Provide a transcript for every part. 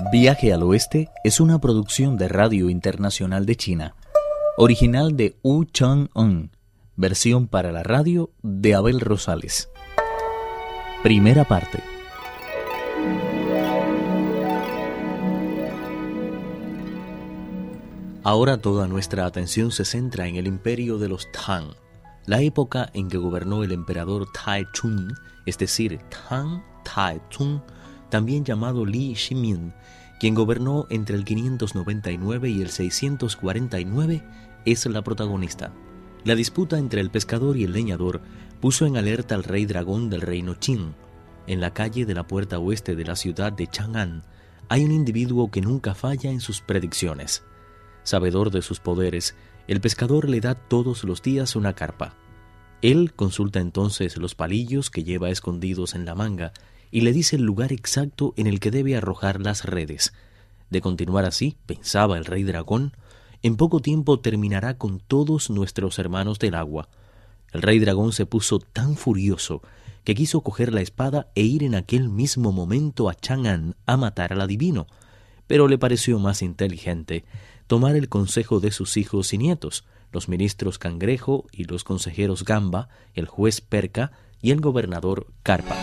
Viaje al Oeste es una producción de Radio Internacional de China, original de Wu Chang-un, versión para la radio de Abel Rosales. Primera parte. Ahora toda nuestra atención se centra en el imperio de los Tang, la época en que gobernó el emperador Tai-chung, es decir, Tang Tai-chung, también llamado Li Shimin, quien gobernó entre el 599 y el 649, es la protagonista. La disputa entre el pescador y el leñador puso en alerta al rey dragón del reino Qin. En la calle de la puerta oeste de la ciudad de Chang'an hay un individuo que nunca falla en sus predicciones. Sabedor de sus poderes, el pescador le da todos los días una carpa. Él consulta entonces los palillos que lleva escondidos en la manga y le dice el lugar exacto en el que debe arrojar las redes. De continuar así, pensaba el rey dragón, en poco tiempo terminará con todos nuestros hermanos del agua. El rey dragón se puso tan furioso que quiso coger la espada e ir en aquel mismo momento a Chang'an a matar al adivino, pero le pareció más inteligente tomar el consejo de sus hijos y nietos, los ministros Cangrejo y los consejeros Gamba, el juez Perca y el gobernador Carpa.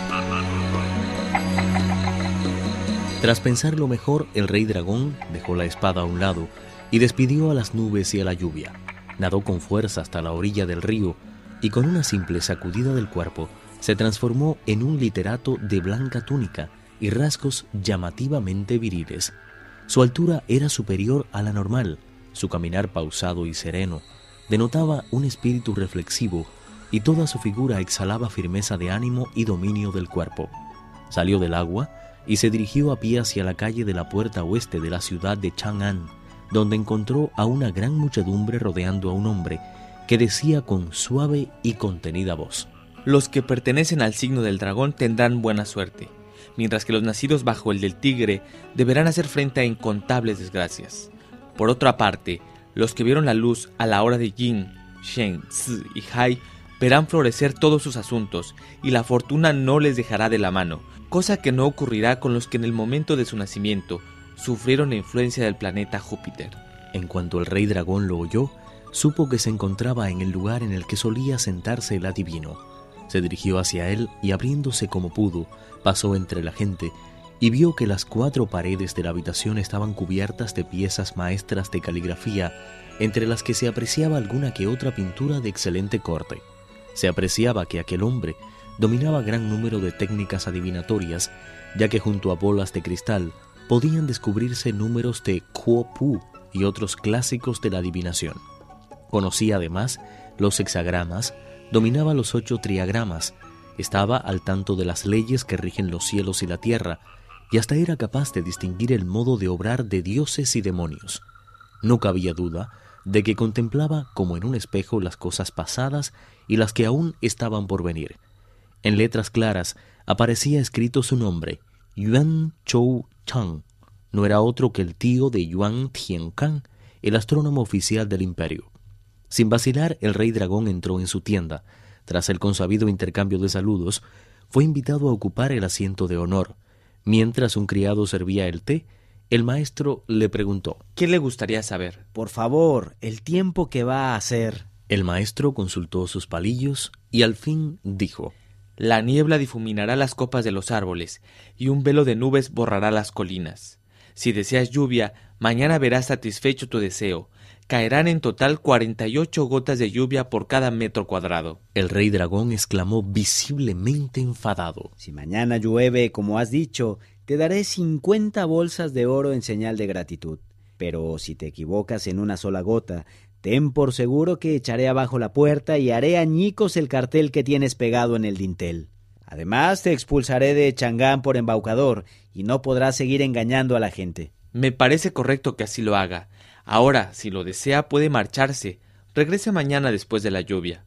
Tras pensarlo mejor, el rey dragón dejó la espada a un lado y despidió a las nubes y a la lluvia. Nadó con fuerza hasta la orilla del río y con una simple sacudida del cuerpo se transformó en un literato de blanca túnica y rasgos llamativamente viriles. Su altura era superior a la normal, su caminar pausado y sereno denotaba un espíritu reflexivo y toda su figura exhalaba firmeza de ánimo y dominio del cuerpo. Salió del agua y se dirigió a pie hacia la calle de la puerta oeste de la ciudad de Chang'an, donde encontró a una gran muchedumbre rodeando a un hombre que decía con suave y contenida voz: Los que pertenecen al signo del dragón tendrán buena suerte, mientras que los nacidos bajo el del tigre deberán hacer frente a incontables desgracias. Por otra parte, los que vieron la luz a la hora de Yin, Shen, Zi y Hai verán florecer todos sus asuntos y la fortuna no les dejará de la mano, cosa que no ocurrirá con los que en el momento de su nacimiento sufrieron la influencia del planeta Júpiter. En cuanto el rey dragón lo oyó, supo que se encontraba en el lugar en el que solía sentarse el adivino. Se dirigió hacia él y, abriéndose como pudo, pasó entre la gente y vio que las 4 paredes de la habitación estaban cubiertas de piezas maestras de caligrafía, entre las que se apreciaba alguna que otra pintura de excelente corte. Se apreciaba que aquel hombre dominaba gran número de técnicas adivinatorias, ya que junto a bolas de cristal podían descubrirse números de Kuo Pu y otros clásicos de la adivinación. Conocía además los hexagramas, dominaba los 8 triagramas, estaba al tanto de las leyes que rigen los cielos y la tierra, y hasta era capaz de distinguir el modo de obrar de dioses y demonios. No cabía duda de que contemplaba como en un espejo las cosas pasadas y las que aún estaban por venir. En letras claras aparecía escrito su nombre, Yuan Chou Chang. No era otro que el tío de Yuan Tiankang, el astrónomo oficial del imperio. Sin vacilar, el rey dragón entró en su tienda. Tras el consabido intercambio de saludos, fue invitado a ocupar el asiento de honor. Mientras un criado servía el té, el maestro le preguntó: ¿Qué le gustaría saber? Por favor, el tiempo que va a hacer. El maestro consultó sus palillos y al fin dijo: La niebla difuminará las copas de los árboles y un velo de nubes borrará las colinas. Si deseas lluvia, mañana verás satisfecho tu deseo. Caerán en total 48 gotas de lluvia por cada metro cuadrado. El rey dragón exclamó visiblemente enfadado: Si mañana llueve, como has dicho, te daré 50 bolsas de oro en señal de gratitud. Pero si te equivocas en una sola gota, ten por seguro que echaré abajo la puerta y haré añicos el cartel que tienes pegado en el dintel. Además, te expulsaré de Chang'an por embaucador y no podrás seguir engañando a la gente. Me parece correcto que así lo haga. Ahora, si lo desea, puede marcharse. Regrese mañana después de la lluvia.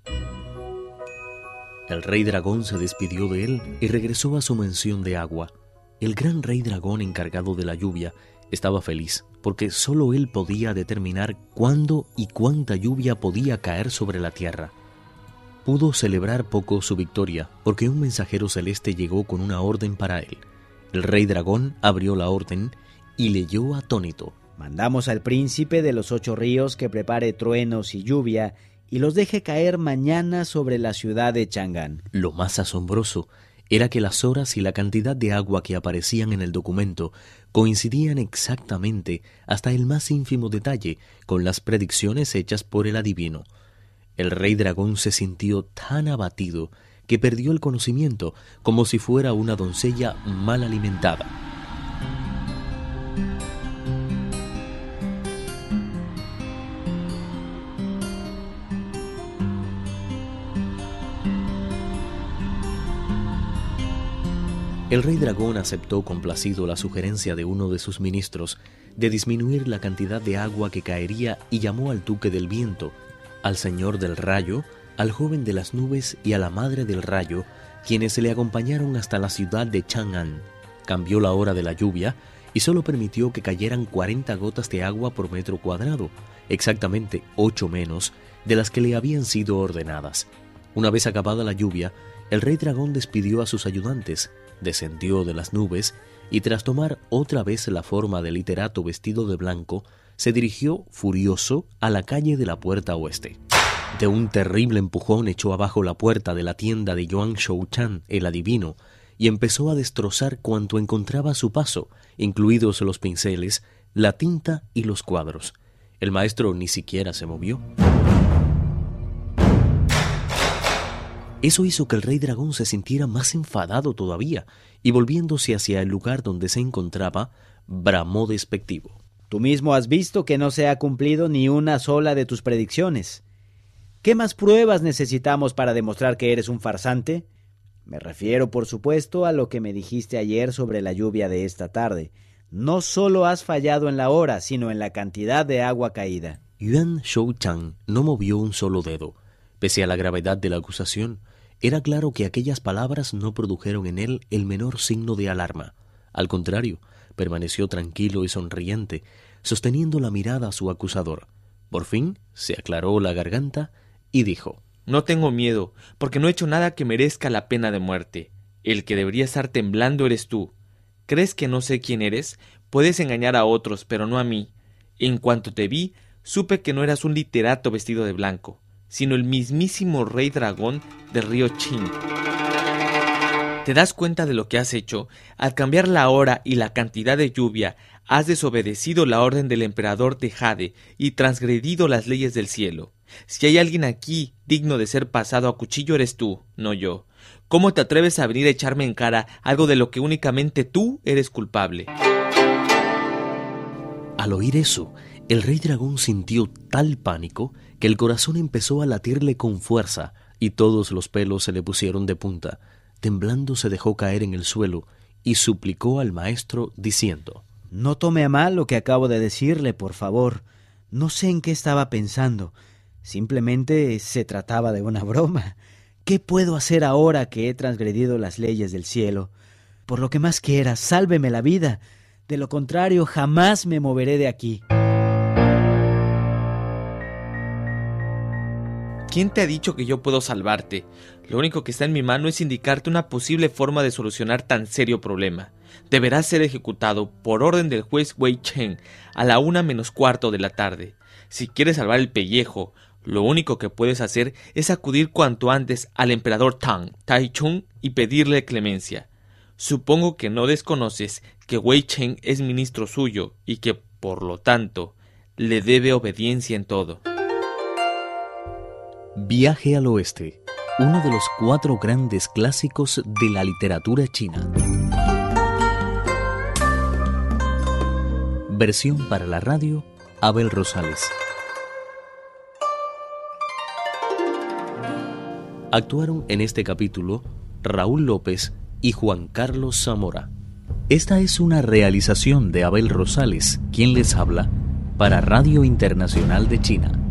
El rey dragón se despidió de él y regresó a su mansión de agua. El gran rey dragón encargado de la lluvia estaba feliz, porque solo él podía determinar cuándo y cuánta lluvia podía caer sobre la tierra. Pudo celebrar poco su victoria, porque un mensajero celeste llegó con una orden para él. El rey dragón abrió la orden y leyó atónito: Mandamos al príncipe de los 8 ríos que prepare truenos y lluvia y los deje caer mañana sobre la ciudad de Chang'an. Lo más asombroso era que las horas y la cantidad de agua que aparecían en el documento coincidían exactamente, hasta el más ínfimo detalle, con las predicciones hechas por el adivino. El rey dragón se sintió tan abatido que perdió el conocimiento, como si fuera una doncella mal alimentada. El rey dragón aceptó complacido la sugerencia de uno de sus ministros de disminuir la cantidad de agua que caería y llamó al duque del viento, al señor del rayo, al joven de las nubes y a la madre del rayo, quienes le acompañaron hasta la ciudad de Chang'an. Cambió la hora de la lluvia y solo permitió que cayeran 40 gotas de agua por metro cuadrado, exactamente 8 menos de las que le habían sido ordenadas. Una vez acabada la lluvia, el rey dragón despidió a sus ayudantes, descendió de las nubes y tras tomar otra vez la forma de literato vestido de blanco, se dirigió furioso a la calle de la puerta oeste. De un terrible empujón echó abajo la puerta de la tienda de Yuan Shouchan, el adivino, y empezó a destrozar cuanto encontraba a su paso, incluidos los pinceles, la tinta y los cuadros. El maestro ni siquiera se movió. Eso hizo que el rey dragón se sintiera más enfadado todavía, y volviéndose hacia el lugar donde se encontraba, bramó despectivo: Tú mismo has visto que no se ha cumplido ni una sola de tus predicciones. ¿Qué más pruebas necesitamos para demostrar que eres un farsante? Me refiero, por supuesto, a lo que me dijiste ayer sobre la lluvia de esta tarde. No solo has fallado en la hora, sino en la cantidad de agua caída. Yuan Shouchan no movió un solo dedo. Pese a la gravedad de la acusación, era claro que aquellas palabras no produjeron en él el menor signo de alarma. Al contrario, permaneció tranquilo y sonriente, sosteniendo la mirada a su acusador. Por fin se aclaró la garganta y dijo: No tengo miedo, porque no he hecho nada que merezca la pena de muerte. El que debería estar temblando eres tú. ¿Crees que no sé quién eres? Puedes engañar a otros, pero no a mí. En cuanto te vi, supe que no eras un literato vestido de blanco, sino el mismísimo rey dragón del río Qin. ¿Te das cuenta de lo que has hecho? Al cambiar la hora y la cantidad de lluvia, has desobedecido la orden del emperador de Jade y transgredido las leyes del cielo. Si hay alguien aquí digno de ser pasado a cuchillo, eres tú, no yo. ¿Cómo te atreves a venir a echarme en cara algo de lo que únicamente tú eres culpable? Al oír eso, el rey dragón sintió tal pánico que el corazón empezó a latirle con fuerza y todos los pelos se le pusieron de punta. Temblando se dejó caer en el suelo y suplicó al maestro diciendo: No tome a mal lo que acabo de decirle, por favor. No sé en qué estaba pensando. Simplemente se trataba de una broma. ¿Qué puedo hacer ahora que he transgredido las leyes del cielo? Por lo que más quiera, sálveme la vida. De lo contrario, jamás me moveré de aquí. ¿Quién te ha dicho que yo puedo salvarte? Lo único que está en mi mano es indicarte una posible forma de solucionar tan serio problema. Deberás ser ejecutado por orden del juez Wei Chen a la 1:15 de la tarde. Si quieres salvar el pellejo, lo único que puedes hacer es acudir cuanto antes al emperador Tang Taichung y pedirle clemencia. Supongo que no desconoces que Wei Chen es ministro suyo y que, por lo tanto, le debe obediencia en todo. Viaje al oeste, uno de los 4 grandes clásicos de la literatura china. Versión para la radio, Abel Rosales. Actuaron en este capítulo Raúl López y Juan Carlos Zamora. Esta es una realización de Abel Rosales, quien les habla, para Radio Internacional de China.